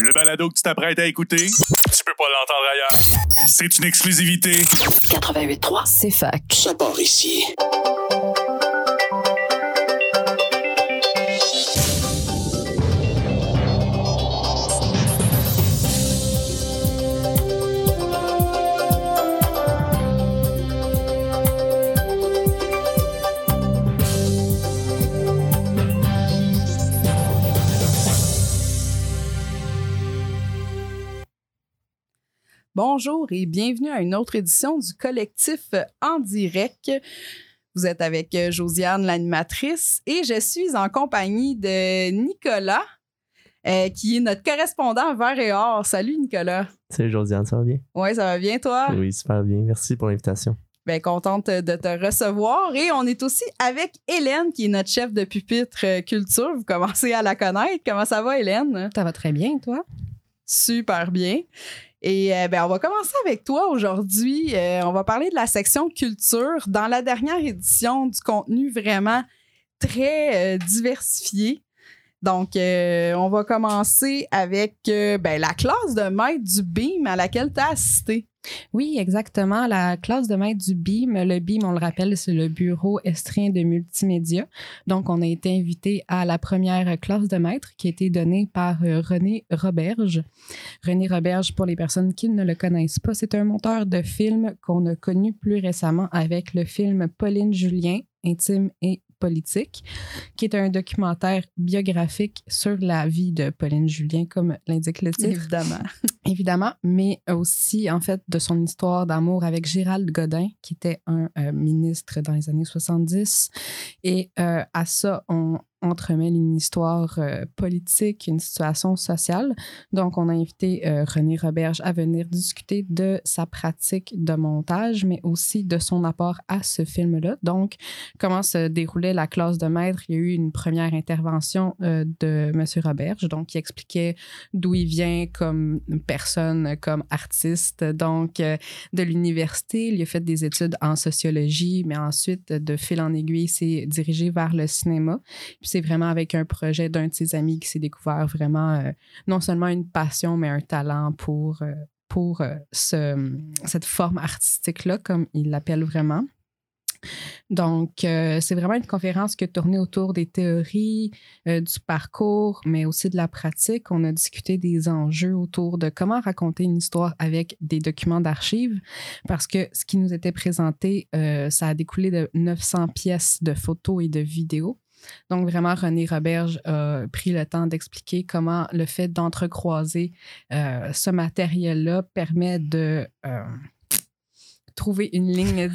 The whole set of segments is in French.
Le balado que tu t'apprêtes à écouter, tu peux pas l'entendre ailleurs. C'est une exclusivité. 88.3, c'est fac. Ça part ici. Bonjour et bienvenue à une autre édition du collectif En Direct. Vous êtes avec Josiane, l'animatrice, et je suis en compagnie de Nicolas, qui est notre correspondant Vert et Or. Salut Nicolas. Salut Josiane, ça va bien? Oui, ça va bien toi? Oui, super bien. Merci pour l'invitation. Bien, contente de te recevoir. Et on est aussi avec Hélène, qui est notre chef de pupitre culture. Vous commencez à la connaître. Comment ça va, Hélène? Ça va très bien, toi? Super bien. Et on va commencer avec toi aujourd'hui. On va parler de la section culture. Dans la dernière édition, du contenu vraiment très diversifié. Donc, on va commencer avec la classe de maître du BIM à laquelle tu as assisté. Oui, exactement. La classe de maître du BIM. Le BIM, on le rappelle, c'est le Bureau estréen de multimédia. Donc, on a été invité à la première classe de maître qui a été donnée par René Roberge. René Roberge, pour les personnes qui ne le connaissent pas, c'est un monteur de films qu'on a connu plus récemment avec le film Pauline Julien, Intime et politique, qui est un documentaire biographique sur la vie de Pauline Julien, comme l'indique le titre. Évidemment. Évidemment, mais aussi, en fait, de son histoire d'amour avec Gérald Godin, qui était un ministre dans les années 70. Et à ça, on entremêle une histoire politique, une situation sociale. Donc, on a invité René Roberge à venir discuter de sa pratique de montage, mais aussi de son apport à ce film-là. Donc, comment se déroulait la classe de maître? Il y a eu une première intervention de M. Roberge, donc qui expliquait d'où il vient comme personne, comme artiste. Donc, de l'université, il a fait des études en sociologie, mais ensuite, de fil en aiguille, il s'est dirigé vers le cinéma. Puis c'est vraiment avec un projet d'un de ses amis qui s'est découvert vraiment non seulement une passion, mais un talent pour cette forme artistique-là, comme il l'appelle vraiment. Donc, c'est vraiment une conférence qui a tourné autour des théories, du parcours, mais aussi de la pratique. On a discuté des enjeux autour de comment raconter une histoire avec des documents d'archives, parce que ce qui nous était présenté, ça a découlé de 900 pièces de photos et de vidéos. Donc, vraiment, René Roberge a pris le temps d'expliquer comment le fait d'entrecroiser ce matériel-là permet de trouver une ligne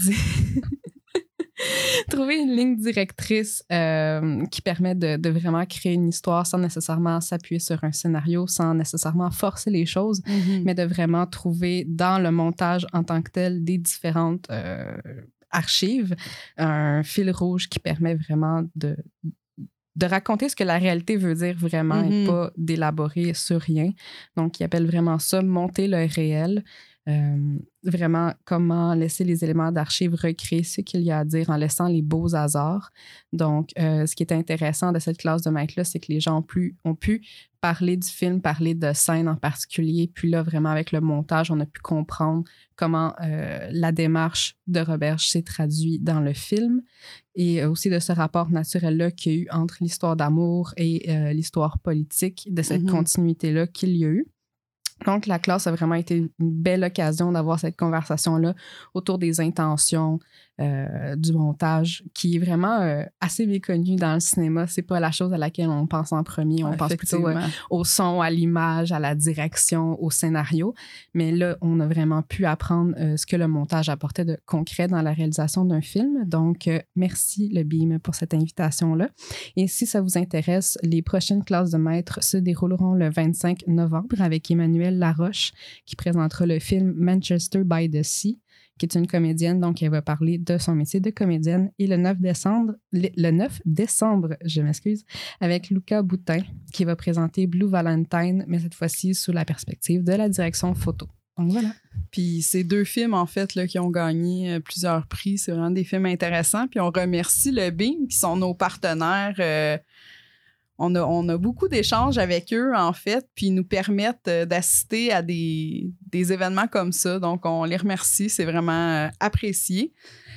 trouver une ligne directrice qui permet de vraiment créer une histoire sans nécessairement s'appuyer sur un scénario, sans nécessairement forcer les choses, mais de vraiment trouver dans le montage en tant que tel des différentes archives, un fil rouge qui permet vraiment de raconter ce que la réalité veut dire vraiment et pas d'élaborer sur rien. Donc, il appelle vraiment ça « monter le réel ». Vraiment, comment laisser les éléments d'archives recréer ce qu'il y a à dire en laissant les beaux hasards. Donc, ce qui est intéressant de cette classe de maître-là, c'est que les gens ont pu parler du film, parler de scènes en particulier. Puis là, vraiment, avec le montage, on a pu comprendre comment la démarche de Roberge s'est traduite dans le film et aussi de ce rapport naturel-là qu'il y a eu entre l'histoire d'amour et l'histoire politique, de cette continuité-là qu'il y a eu. Donc, la classe a vraiment été une belle occasion d'avoir cette conversation-là autour des intentions, du montage, qui est vraiment assez méconnu dans le cinéma. C'est pas la chose à laquelle on pense en premier. On pense plutôt au son, à l'image, à la direction, au scénario. Mais là, on a vraiment pu apprendre ce que le montage apportait de concret dans la réalisation d'un film. Donc, merci le BIM pour cette invitation-là. Et si ça vous intéresse, les prochaines classes de maître se dérouleront le 25 novembre avec Emmanuelle Laroche, qui présentera le film Manchester by the Sea, qui est une comédienne, donc elle va parler de son métier de comédienne. Et le 9 décembre, je m'excuse, avec Luca Boutin, qui va présenter Blue Valentine, mais cette fois-ci sous la perspective de la direction photo. Donc voilà. Puis ces deux films, en fait, là, qui ont gagné plusieurs prix, c'est vraiment des films intéressants. Puis on remercie le BIM, qui sont nos partenaires on a beaucoup d'échanges avec eux, en fait, puis ils nous permettent d'assister à des événements comme ça. Donc, on les remercie. C'est vraiment apprécié.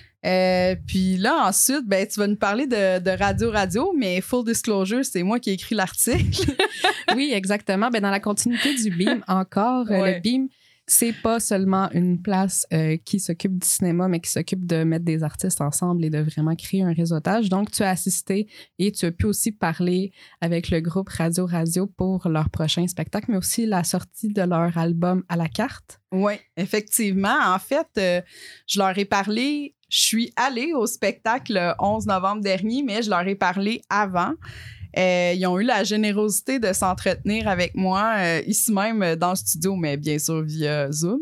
Puis là, ensuite, ben, tu vas nous parler de Radio, mais full disclosure, c'est moi qui ai écrit l'article. Oui, exactement. Ben, dans la continuité du BEAM, encore, le BEAM, c'est pas seulement une place qui s'occupe du cinéma, mais qui s'occupe de mettre des artistes ensemble et de vraiment créer un réseautage. Donc, tu as assisté et tu as pu aussi parler avec le groupe Radio pour leur prochain spectacle, mais aussi la sortie de leur album À la carte. Oui, effectivement. En fait, je leur ai parlé. Je suis allée au spectacle le 11 novembre dernier, mais je leur ai parlé avant. Ils ont eu la générosité de s'entretenir avec moi ici même dans le studio, mais bien sûr via Zoom.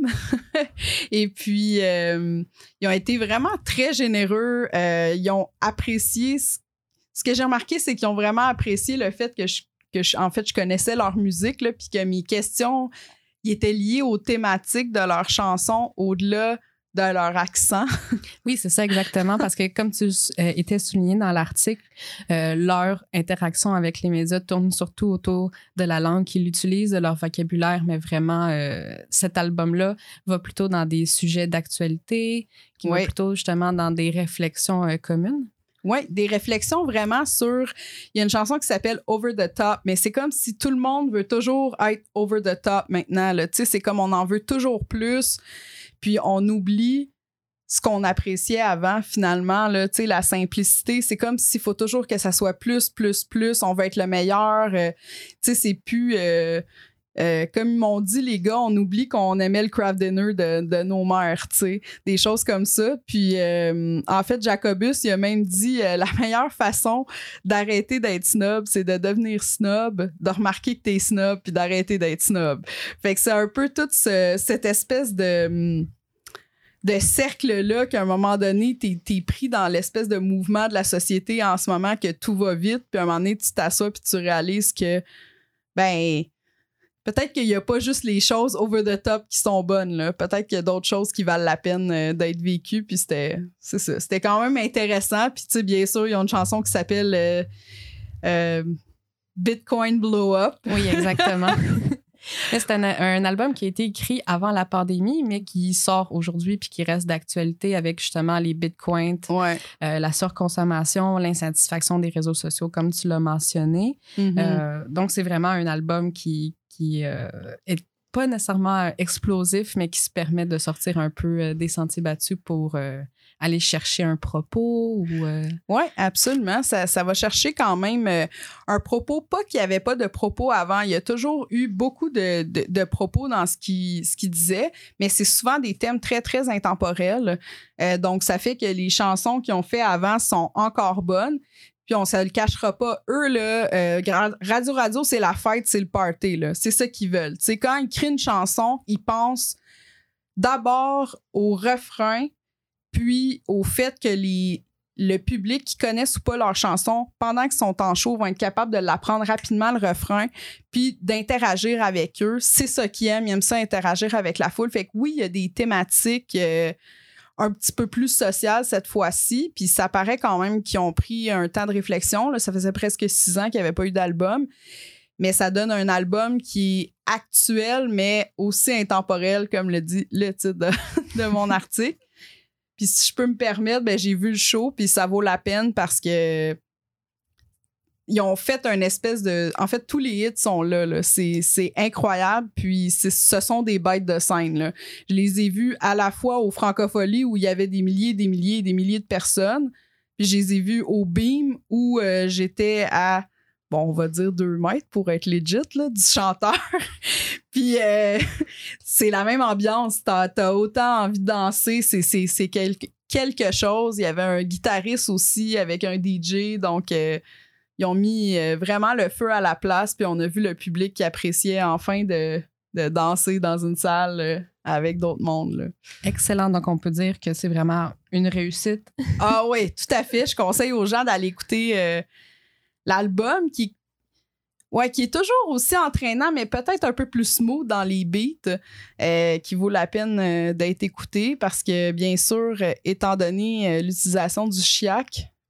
Et puis, ils ont été vraiment très généreux. Ils ont apprécié... Ce que j'ai remarqué, c'est qu'ils ont vraiment apprécié le fait que je connaissais leur musique, là, puis que mes questions ils étaient liées aux thématiques de leurs chansons au-delà de leur accent. Oui, c'est ça exactement, parce que comme tu étais souligné dans l'article, leur interaction avec les médias tourne surtout autour de la langue qu'ils utilisent, de leur vocabulaire, mais vraiment, cet album-là va plutôt dans des sujets d'actualité, qui va plutôt justement dans des réflexions communes. Oui, des réflexions vraiment sur... Il y a une chanson qui s'appelle « Over the Top », mais c'est comme si tout le monde veut toujours être « over the top » maintenant. Tu sais, c'est comme on en veut toujours plus. Puis on oublie ce qu'on appréciait avant, finalement, là, tu sais, la simplicité. C'est comme s'il faut toujours que ça soit plus. On veut être le meilleur. Tu sais, c'est plus... comme ils m'ont dit, les gars, on oublie qu'on aimait le craft dinner de nos mères, tu sais, des choses comme ça. Puis, en fait, Jacobus, il a même dit la meilleure façon d'arrêter d'être snob, c'est de devenir snob, de remarquer que t'es snob, puis d'arrêter d'être snob. Fait que c'est un peu toute cette espèce de cercle-là qu'à un moment donné, t'es pris dans l'espèce de mouvement de la société en ce moment que tout va vite, puis à un moment donné, tu t'assois puis tu réalises que, ben... Peut-être qu'il n'y a pas juste les choses over the top qui sont bonnes, là. Peut-être qu'il y a d'autres choses qui valent la peine d'être vécues. Puis c'était quand même intéressant. Puis tu sais, bien sûr, ils ont une chanson qui s'appelle Bitcoin Blow Up. Oui, exactement. C'est un album qui a été écrit avant la pandémie, mais qui sort aujourd'hui puis qui reste d'actualité avec justement les bitcoins, la surconsommation, l'insatisfaction des réseaux sociaux, comme tu l'as mentionné. Mm-hmm. Donc, c'est vraiment un album qui est pas nécessairement explosif, mais qui se permet de sortir un peu des sentiers battus pour aller chercher un propos. Oui, absolument. Ça va chercher quand même un propos. Pas qu'il n'y avait pas de propos avant. Il y a toujours eu beaucoup de propos dans ce qu'il disait, mais c'est souvent des thèmes très, très intemporels. Donc, ça fait que les chansons qu'ils ont fait avant sont encore bonnes. Puis on ne se le cachera pas. Eux, là, Radio, c'est la fête, c'est le party. Là. C'est ça qu'ils veulent. T'sais, quand ils créent une chanson, ils pensent d'abord au refrain, puis au fait que le public qui connaisse ou pas leur chanson, pendant qu'ils sont en show, vont être capables de l'apprendre rapidement, le refrain, puis d'interagir avec eux. C'est ça qu'ils aiment. Ils aiment ça, interagir avec la foule. Fait que oui, il y a des thématiques... un petit peu plus social cette fois-ci. Puis ça paraît quand même qu'ils ont pris un temps de réflexion. Là. Ça faisait presque 6 ans qu'il n'y avait pas eu d'album. Mais ça donne un album qui est actuel, mais aussi intemporel, comme le dit le titre de mon article. Puis si je peux me permettre, ben, j'ai vu le show, puis ça vaut la peine parce que ils ont fait un espèce de... En fait, tous les hits sont là. C'est incroyable. Puis, ce sont des bêtes de scène. Là. Je les ai vus à la fois au Francophonie où il y avait des milliers de personnes. Puis, je les ai vus au Beam où j'étais à, bon, on va dire 2 mètres pour être legit, là, du chanteur. Puis, c'est la même ambiance. T'as autant envie de danser. C'est quelque chose. Il y avait un guitariste aussi avec un DJ. Donc... ils ont mis vraiment le feu à la place, puis on a vu le public qui appréciait enfin de danser dans une salle avec d'autres mondes. Là. Excellent. Donc, on peut dire que c'est vraiment une réussite. Ah oui, tout à fait. Je conseille aux gens d'aller écouter l'album qui est toujours aussi entraînant, mais peut-être un peu plus smooth dans les beats, qui vaut la peine d'être écouté parce que, bien sûr, étant donné l'utilisation du chiac,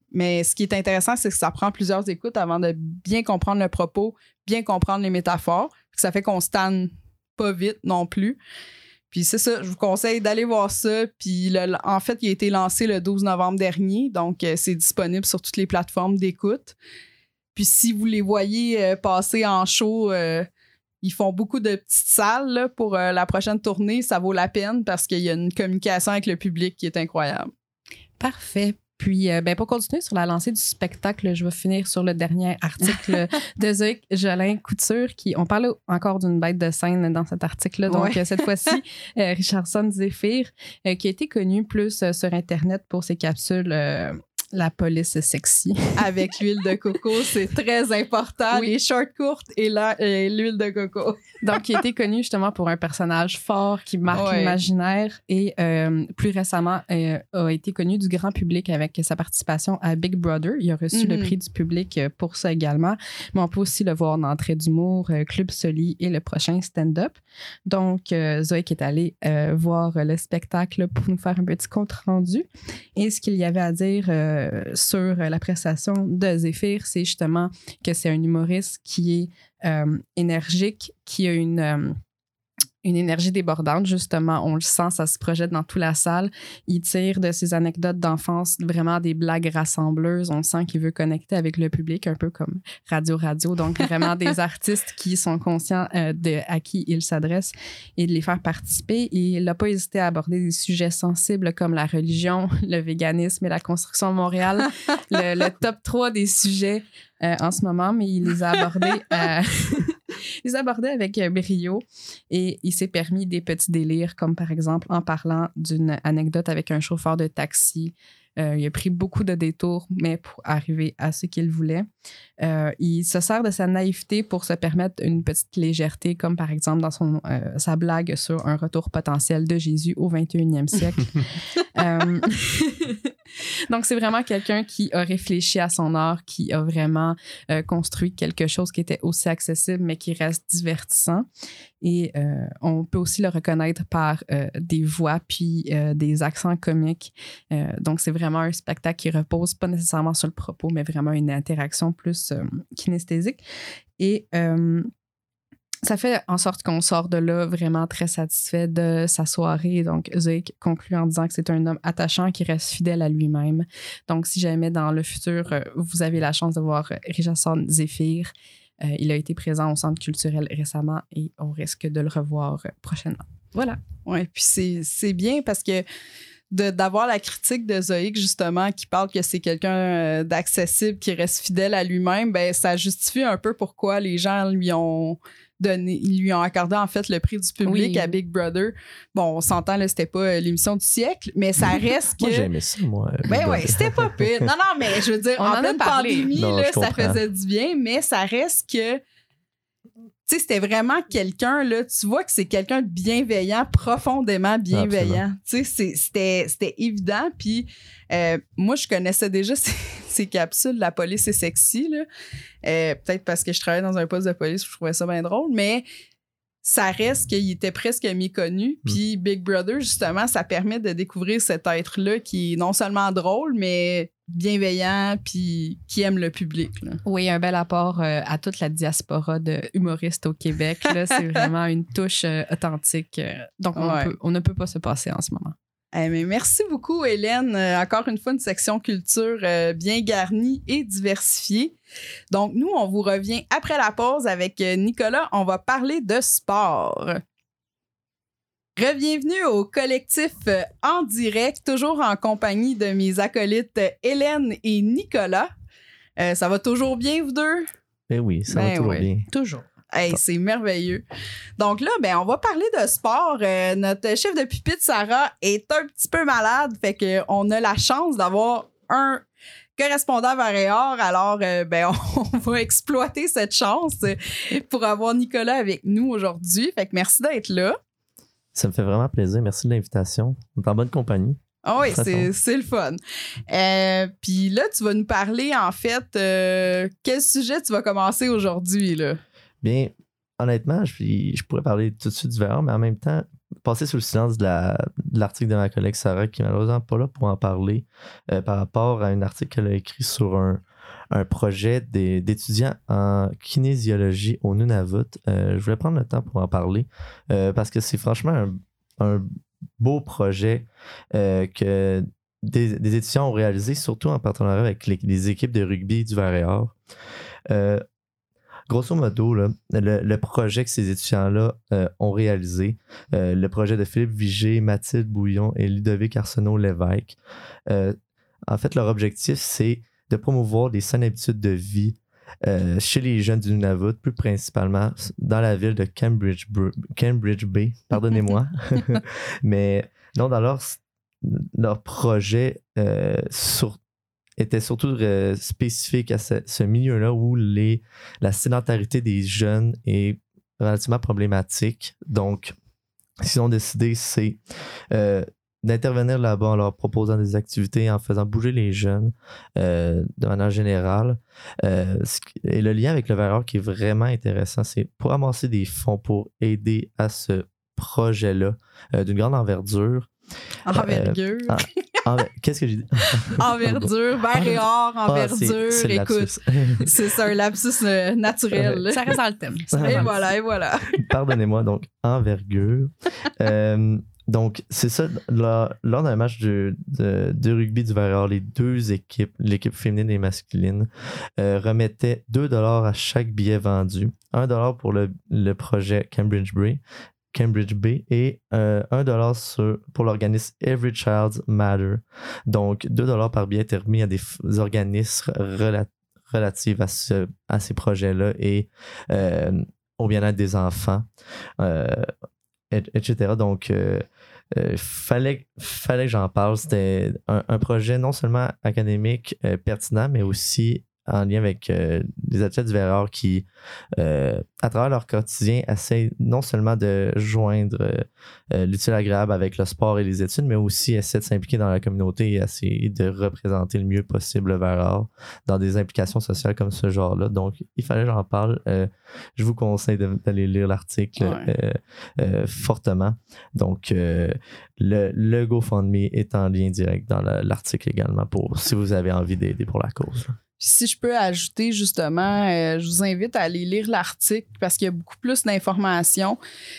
Mais ce qui est intéressant, c'est que ça prend plusieurs écoutes avant de bien comprendre le propos, bien comprendre les métaphores. Ça fait qu'on se tanne pas vite non plus. Puis c'est ça, je vous conseille d'aller voir ça. Puis en fait, il a été lancé le 12 novembre dernier, donc c'est disponible sur toutes les plateformes d'écoute. Puis si vous les voyez passer en show, ils font beaucoup de petites salles là, pour la prochaine tournée. Ça vaut la peine parce qu'il y a une communication avec le public qui est incroyable. Parfait. Puis, pour continuer sur la lancée du spectacle, je vais finir sur le dernier article de Zoé Jolin-Couture. On parlait encore d'une bête de scène dans cet article-là. Donc, cette fois-ci, Richardson Zephyr, qui a été connu plus sur Internet pour ses capsules La police sexy. Avec l'huile de coco, c'est très important. Oui. Les shorts courtes et l'huile de coco. Donc, il a été connu justement pour un personnage fort qui marque l'imaginaire et plus récemment a été connu du grand public avec sa participation à Big Brother. Il a reçu le prix du public pour ça également. Mais on peut aussi le voir dans Trait d'humour, Club Soli et le prochain stand-up. Donc, Zoé qui est allée voir le spectacle pour nous faire un petit compte-rendu. Et ce qu'il y avait à dire sur la prestation de Zephyr, c'est justement que c'est un humoriste qui est énergique, qui a une énergie débordante, justement. On le sent, ça se projette dans toute la salle. Il tire de ses anecdotes d'enfance vraiment des blagues rassembleuses. On sent qu'il veut connecter avec le public, un peu comme Radio. Donc, vraiment des artistes qui sont conscients à qui il s'adresse et de les faire participer. Et il n'a pas hésité à aborder des sujets sensibles comme la religion, le véganisme et la construction de Montréal. le top 3 des sujets en ce moment, mais il les a abordés les abordait avec brio et il s'est permis des petits délires, comme par exemple en parlant d'une anecdote avec un chauffeur de taxi. Il a pris beaucoup de détours, mais pour arriver à ce qu'il voulait. Il se sert de sa naïveté pour se permettre une petite légèreté, comme par exemple dans sa blague sur un retour potentiel de Jésus au 21e siècle. Donc, c'est vraiment quelqu'un qui a réfléchi à son art, qui a vraiment construit quelque chose qui était aussi accessible, mais qui reste divertissant. Et on peut aussi le reconnaître par des voix puis des accents comiques. Donc, c'est vraiment un spectacle qui repose pas nécessairement sur le propos, mais vraiment une interaction plus kinesthésique. Et ça fait en sorte qu'on sort de là vraiment très satisfait de sa soirée. Donc, Zoé conclut en disant que c'est un homme attachant qui reste fidèle à lui-même. Donc, si jamais dans le futur, vous avez la chance de voir Richardson Zephyr, il a été présent au Centre culturel récemment et on risque de le revoir prochainement. Voilà. Oui, puis c'est bien parce que d'avoir la critique de Zoé, justement, qui parle que c'est quelqu'un d'accessible, qui reste fidèle à lui-même, ben ça justifie un peu pourquoi les gens lui ont accordé en fait le prix du public à Big Brother. Bon, on s'entend, là, c'était pas l'émission du siècle, mais ça reste que... Moi, j'aimais ça, moi. Ben oui, c'était pas pire. Non, mais je veux dire, en pleine pandémie, là, ça faisait du bien, mais ça reste que... Tu sais, c'était vraiment quelqu'un, là, tu vois que c'est quelqu'un de bienveillant, profondément bienveillant. Tu sais, c'était évident. Puis moi, je connaissais déjà ces capsules, La police est sexy, là. Peut-être parce que je travaillais dans un poste de police, je trouvais ça bien drôle, mais ça reste qu'il était presque méconnu. Puis Big Brother, justement, ça permet de découvrir cet être-là qui est non seulement drôle, mais bienveillant puis qui aime le public. Là. Oui, un bel apport à toute la diaspora de humoristes au Québec. Là, c'est vraiment une touche authentique. Donc, on ne peut pas se passer en ce moment. Mais merci beaucoup, Hélène. Encore une fois, une section culture bien garnie et diversifiée. Donc, nous, on vous revient après la pause avec Nicolas. On va parler de sport. Bienvenue au collectif En direct, toujours en compagnie de mes acolytes Hélène et Nicolas. Ça va toujours bien, vous deux? Ben oui, ça va toujours bien. Toujours. Hey, c'est merveilleux. Donc là, on va parler de sport. Notre chef de pupitre, Sarah, est un petit peu malade. Fait qu'on a la chance d'avoir un correspondant varior. Alors, on va exploiter cette chance pour avoir Nicolas avec nous aujourd'hui. Fait que merci d'être là. Ça me fait vraiment plaisir. Merci de l'invitation. On est en bonne compagnie. Ah oui, c'est le fun. Puis là, tu vas nous parler, en fait, quel sujet tu vas commencer aujourd'hui, là? Bien, honnêtement, je pourrais parler tout de suite du VR, mais en même temps, passer sous le silence de l'article de ma collègue Sarah, qui est malheureusement pas là pour en parler, par rapport à un article qu'elle a écrit sur un projet d'étudiants en kinésiologie au Nunavut. Je voulais prendre le temps pour en parler parce que c'est franchement un beau projet que des étudiants ont réalisé, surtout en partenariat avec les équipes de rugby du Vert-et-Or. Grosso modo, là, le projet que ces étudiants-là ont réalisé, le projet de Philippe Vigé, Mathilde Bouillon et Ludovic Arsenault-Lévesque, en fait, leur objectif, c'est de promouvoir des saines habitudes de vie chez les jeunes du Nunavut, plus principalement dans la ville de Cambridge Bay, pardonnez-moi. Mais non, dans leur projet était surtout spécifique à ce milieu-là où la sédentarité des jeunes est relativement problématique. Donc, ce qu'ils ont décidé, c'est d'intervenir là-bas en leur proposant des activités, en faisant bouger les jeunes de manière générale. Et le lien avec le Vert-et-Or qui est vraiment intéressant, c'est pour amasser des fonds pour aider à ce projet-là d'une grande envergure. Envergure. Qu'est-ce que j'ai dit? Envergure, Vert-et-Or, envergure. C'est écoute, c'est un lapsus naturel. Ça reste dans le thème. Et voilà. Pardonnez-moi, donc envergure. Donc, c'est ça, lors d'un match de rugby du Vert-et-Or, les deux équipes, l'équipe féminine et masculine, remettaient 2$ à chaque billet vendu. 1$ pour le projet Cambridge Bay et 1$ pour l'organisme Every Child Matter. Donc, 2$ par billet est remis à des organismes relatifs à ces projets-là et au bien-être des enfants, etc. Donc, fallait que j'en parle. C'était un projet non seulement académique pertinent, mais aussi en lien avec les athlètes du Vert-et-Or qui, à travers leur quotidien, essayent non seulement de joindre l'utile agréable avec le sport et les études, mais aussi essaient de s'impliquer dans la communauté et essayer de représenter le mieux possible le Vert-et-Or dans des implications sociales comme ce genre-là. Donc, il fallait que j'en parle. Je vous conseille d'aller lire l'article fortement. Donc, le GoFundMe est en lien direct dans l'article également si vous avez envie d'aider pour la cause. Si je peux ajouter justement, je vous invite à aller lire l'article parce qu'il y a beaucoup plus d'informations.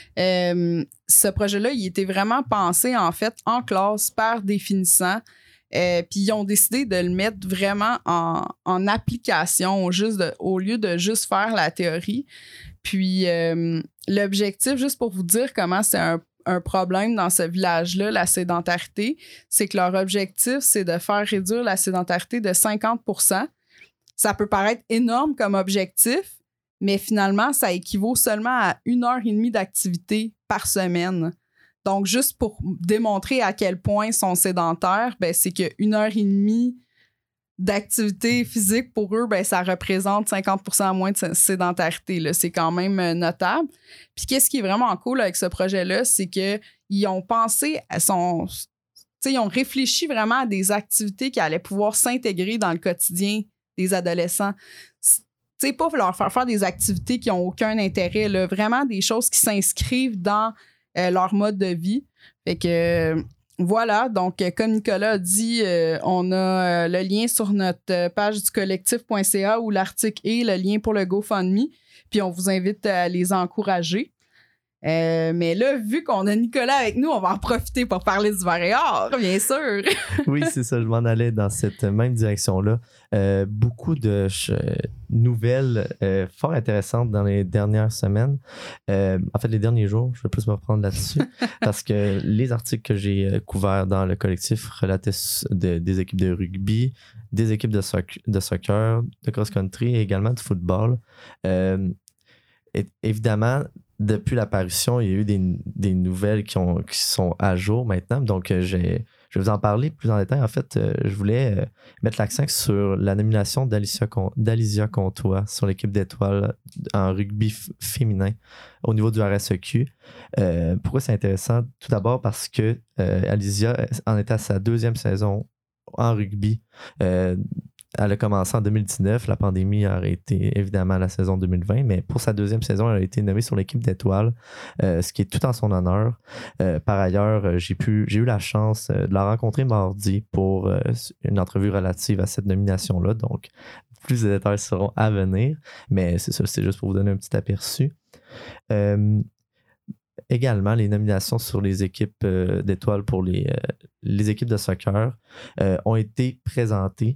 Ce projet-là, il était vraiment pensé en fait en classe par des finissants. Puis ils ont décidé de le mettre vraiment en application au lieu de juste faire la théorie. Puis l'objectif, juste pour vous dire comment c'est un problème dans ce village-là, la sédentarité, c'est que leur objectif, c'est de faire réduire la sédentarité de 50%. Ça peut paraître énorme comme objectif, mais finalement, ça équivaut seulement à 1h30 d'activité par semaine. Donc, juste pour démontrer à quel point ils sont sédentaires, ben, c'est que 1h30 d'activité physique pour eux, ben, ça représente 50% moins de sédentarité. Là. C'est quand même notable. Puis, qu'est-ce qui est vraiment cool avec ce projet-là, c'est qu'ils ont pensé ils ont réfléchi vraiment à des activités qui allaient pouvoir s'intégrer dans le quotidien des adolescents. C'est pas leur faire des activités qui n'ont aucun intérêt, là, vraiment des choses qui s'inscrivent dans leur mode de vie. Fait que voilà, donc comme Nicolas a dit, on a le lien sur notre page du collectif.ca où l'article est le lien pour le GoFundMe, puis on vous invite à les encourager. Mais là, vu qu'on a Nicolas avec nous, on va en profiter pour parler du Vert-et-Or, bien sûr. Oui, c'est ça, je m'en allais dans cette même direction-là. Beaucoup de nouvelles fort intéressantes dans les dernières semaines. En fait, les derniers jours, je vais plus me reprendre là-dessus parce que les articles que j'ai couverts dans le collectif relataient des équipes de rugby, des équipes de soccer, de cross-country et également de football. Évidemment, depuis l'apparition, il y a eu des nouvelles qui sont à jour maintenant. Donc, je vais vous en parler plus en détail. En fait, je voulais mettre l'accent sur la nomination d'Alizia Comtois sur l'équipe d'étoiles en rugby féminin au niveau du RSEQ. Pourquoi c'est intéressant? Tout d'abord parce que Alizia en était à sa 2e saison en rugby. elle a commencé en 2019. La pandémie a arrêté évidemment la saison 2020, mais pour sa deuxième saison, elle a été nommée sur l'équipe d'étoiles, ce qui est tout en son honneur. Par ailleurs, j'ai eu la chance de la rencontrer mardi pour une entrevue relative à cette nomination-là. Donc, plus de détails seront à venir, mais c'est ça, c'est juste pour vous donner un petit aperçu. Également, les nominations sur les équipes d'étoiles pour les équipes de soccer ont été présentées.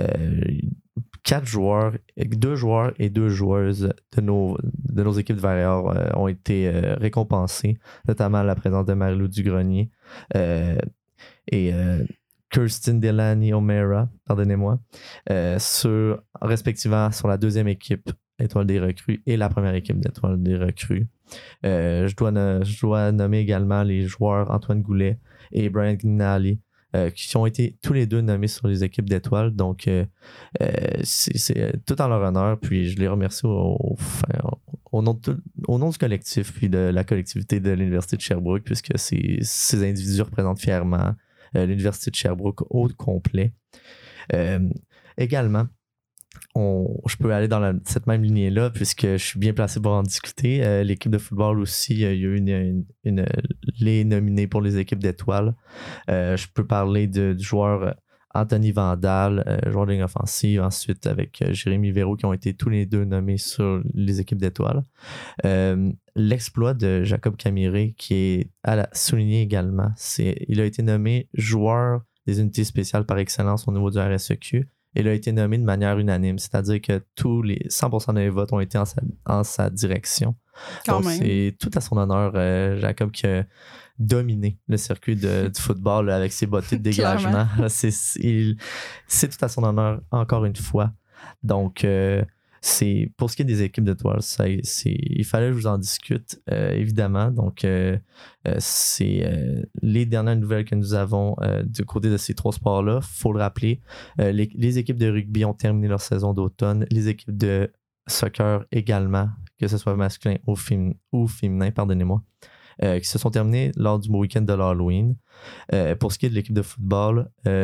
2 joueurs et 2 joueuses de nos équipes de Varrières ont été récompensés, notamment la présence de Marie-Lou Dugrenier et Kirsten Delaney O'Meara, pardonnez-moi, respectivement sur la deuxième équipe étoile des recrues et la première équipe d'étoile des recrues. Je dois nommer également les joueurs Antoine Goulet et Brian Gnali, qui ont été tous les deux nommés sur les équipes d'étoiles. Donc, c'est tout en leur honneur. Puis, je les remercie au nom du collectif puis de la collectivité de l'Université de Sherbrooke, puisque ces individus représentent fièrement l'Université de Sherbrooke au complet. Également, je peux aller dans cette même lignée-là puisque je suis bien placé pour en discuter. L'équipe de football aussi, il y a eu les nominés pour les équipes d'étoiles. Je peux parler du joueur Anthony Vandal, joueur de ligne offensive, ensuite avec Jérémy Véraud qui ont été tous les deux nommés sur les équipes d'étoiles. L'exploit de Jacob Camiré qui est à souligner également, il a été nommé joueur des unités spéciales par excellence au niveau du RSEQ. Il a été nommé de manière unanime, c'est-à-dire que 100% des votes ont été en sa direction. Donc, c'est tout à son honneur, Jacob, qui a dominé le circuit du football avec ses bottes de dégagement. c'est tout à son honneur, encore une fois. Donc, pour ce qui est des équipes d'étoiles, il fallait que je vous en discute, évidemment. Donc, c'est les dernières nouvelles que nous avons du côté de ces 3 sports-là. Il faut le rappeler, les équipes de rugby ont terminé leur saison d'automne. Les équipes de soccer également, que ce soit masculin ou féminin, pardonnez-moi, qui se sont terminées lors du week-end de l'Halloween. Pour ce qui est de l'équipe de football,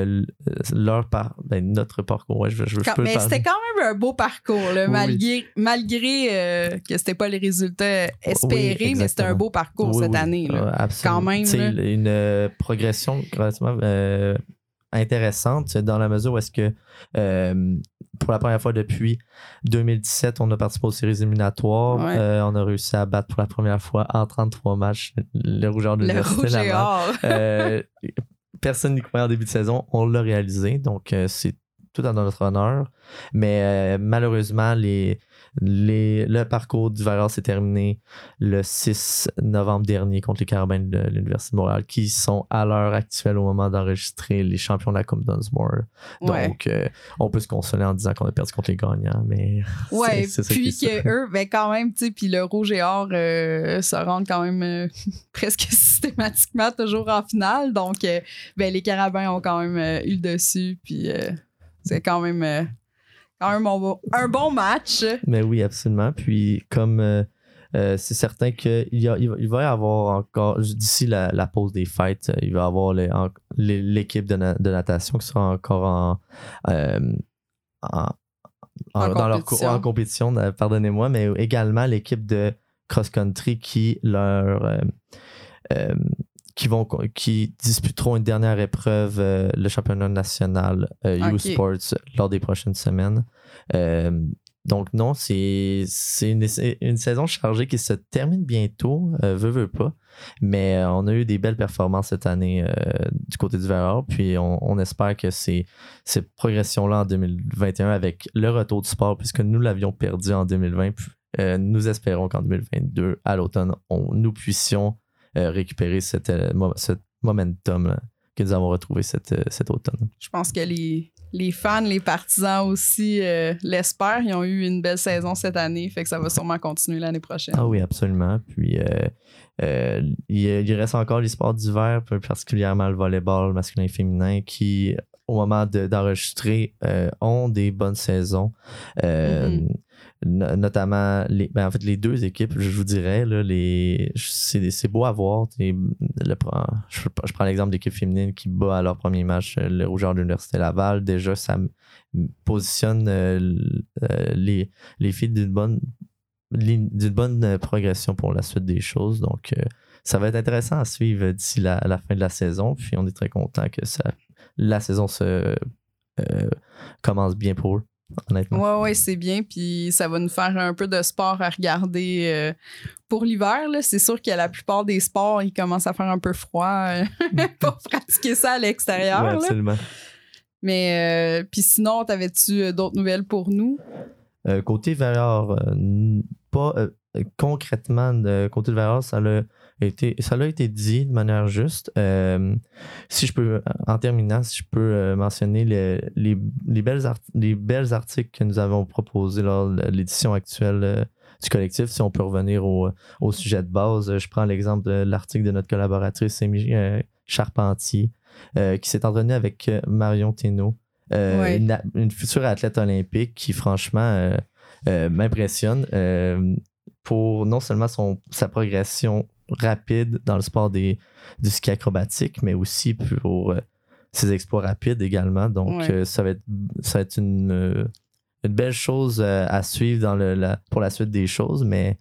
notre parcours, ouais, je peux mais c'était quand même un beau parcours, là, malgré que c'était pas les résultats espérés, oui, mais c'était un beau parcours cette année. Là. Absolument. Quand même. Une progression relativement intéressante dans la mesure où est-ce que pour la première fois depuis 2017, on a participé aux séries éliminatoires. Ouais. On a réussi à battre pour la première fois en 33 matchs le Rouge et Or de l'Université Laval. Personne n'y croyait en début de saison. On l'a réalisé. Donc, c'est tout dans notre honneur. Mais malheureusement, le parcours du Varrières s'est terminé le 6 novembre dernier contre les Carabins de l'Université de Montréal, qui sont à l'heure actuelle, au moment d'enregistrer, les champions de la Coupe Dunsmore. Donc, on peut se consoler en disant qu'on a perdu contre les gagnants, mais c'est ça puis que eux, ben quand même, tu sais, puis le Rouge et Or se rendent quand même presque systématiquement toujours en finale. Donc, les Carabins ont quand même eu le dessus, puis c'est quand même un bon match. Mais oui, absolument. Puis comme c'est certain qu'il il va y avoir encore, d'ici la pause des fêtes, il va y avoir l'équipe de natation qui sera encore en compétition, pardonnez-moi, mais également l'équipe de cross-country qui disputeront une dernière épreuve, le championnat national U-Sports lors des prochaines semaines. Donc non, c'est une saison chargée qui se termine bientôt, veut pas, mais on a eu des belles performances cette année du côté du Varrières, puis on espère que cette progression-là en 2021 avec le retour du sport, puisque nous l'avions perdu en 2020, nous espérons qu'en 2022, à l'automne, nous puissions récupérer ce momentum là, que nous avons retrouvé cet automne. Je pense que les fans, les partisans aussi l'espèrent. Ils ont eu une belle saison cette année, fait que ça va sûrement continuer l'année prochaine. Ah oui, absolument. Puis il reste encore les sports d'hiver, plus particulièrement le volleyball masculin et féminin, qui, au moment d'enregistrer, ont des bonnes saisons. notamment les deux équipes, je vous dirais, là, c'est beau à voir. Je prends l'exemple d'équipe féminine qui bat à leur premier match le Rougeur de l'Université Laval. Déjà, ça positionne les filles d'une bonne progression pour la suite des choses. Donc, ça va être intéressant à suivre d'ici la fin de la saison. Puis, on est très content que la saison commence bien pour eux. Honnêtement. Ouais, c'est bien. Puis ça va nous faire un peu de sport à regarder pour l'hiver. Là. C'est sûr que la plupart des sports, ils commencent à faire un peu froid pour pratiquer ça à l'extérieur. Ouais, absolument. Là. Mais puis sinon, t'avais-tu d'autres nouvelles pour nous? Côté valeur, pas concrètement, côté de valeur, ça l'a été dit de manière juste. Si je peux, en terminant, si je peux mentionner les belles articles que nous avons proposés lors de l'édition actuelle du collectif, si on peut revenir au sujet de base. Je prends l'exemple de l'article de notre collaboratrice Amy Charpentier, qui s'est entraînée avec Marion Thénault, une future athlète olympique qui, franchement, m'impressionne pour non seulement sa progression rapide dans le sport du ski acrobatique, mais aussi pour ses exploits rapides également. Donc, ça va être une belle chose à suivre pour la suite des choses, mais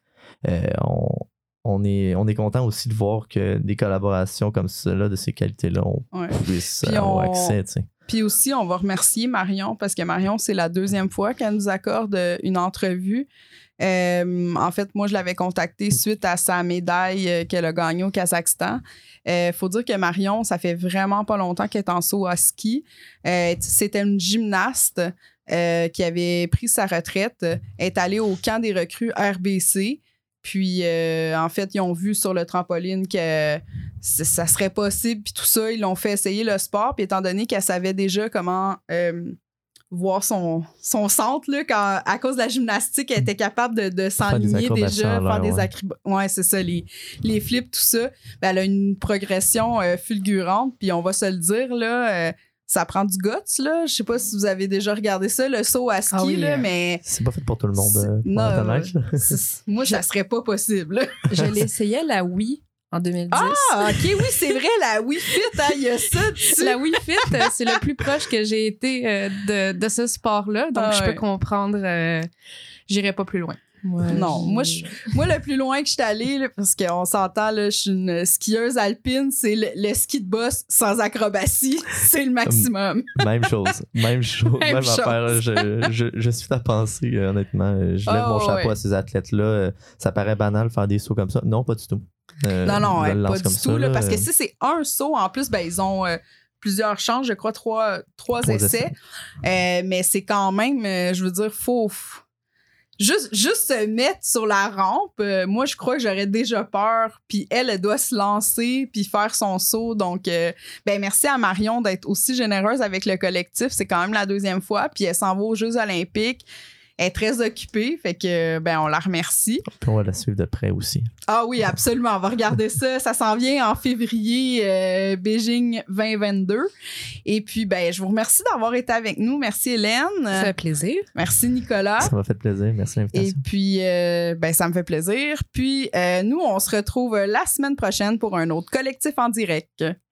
on est content aussi de voir que des collaborations comme cela, de ces qualités-là, on puisse avoir accès. T'sais. Puis aussi, on va remercier Marion parce que Marion, c'est la deuxième fois qu'elle nous accorde une entrevue. En fait, moi, je l'avais contactée suite à sa médaille qu'elle a gagnée au Kazakhstan. Faut dire que Marion, ça fait vraiment pas longtemps qu'elle est en saut à ski. C'était une gymnaste qui avait pris sa retraite. Elle est allée au camp des recrues RBC. Puis, en fait, ils ont vu sur le trampoline que ça serait possible. Puis tout ça, ils l'ont fait essayer le sport. Puis étant donné qu'elle savait déjà comment voir son centre, là, à cause de la gymnastique, elle était capable de s'enligner déjà, faire des acrobaties. Ouais, c'est ça, les flips, tout ça. Ben, elle a une progression fulgurante. Puis on va se le dire, là... ça prend du guts, là. Je sais pas si vous avez déjà regardé ça, le saut à ski, là, mais... C'est pas fait pour tout le monde. Moi, ça serait pas possible. Je l'essayais, la Wii, en 2010. Ah, OK, oui, c'est vrai, la Wii Fit, il y a ça dessus. La Wii Fit, c'est le plus proche que j'ai été de ce sport-là. Donc, je peux comprendre. J'irai pas plus loin. Ouais, non, moi, le plus loin que je suis allée, là, parce qu'on s'entend, là, je suis une skieuse alpine, c'est le ski de boss sans acrobatie. C'est le maximum. Même chose. Même affaire. Je suis à penser, honnêtement. Je lève mon chapeau à ces athlètes-là. Ça paraît banal faire des sauts comme ça. Non, pas du tout. Non, pas du tout. Là, parce que si c'est un saut, en plus, ben, ils ont... plusieurs chances, je crois, trois essais. Mais c'est quand même, je veux dire, faut... Juste se mettre sur la rampe, moi, je crois que j'aurais déjà peur. Puis elle doit se lancer puis faire son saut. Donc, ben merci à Marion d'être aussi généreuse avec le collectif. C'est quand même la deuxième fois. Puis elle s'en va aux Jeux olympiques. Elle est très occupée, fait que ben on la remercie. Puis on va la suivre de près aussi. Ah oui, absolument. On va regarder ça. Ça s'en vient en février, Beijing 2022. Et puis, ben je vous remercie d'avoir été avec nous. Merci Hélène. Ça fait plaisir. Merci Nicolas. Ça m'a fait plaisir. Merci de l'invitation. Et puis, ben ça me fait plaisir. Puis, nous, on se retrouve la semaine prochaine pour un autre collectif en direct.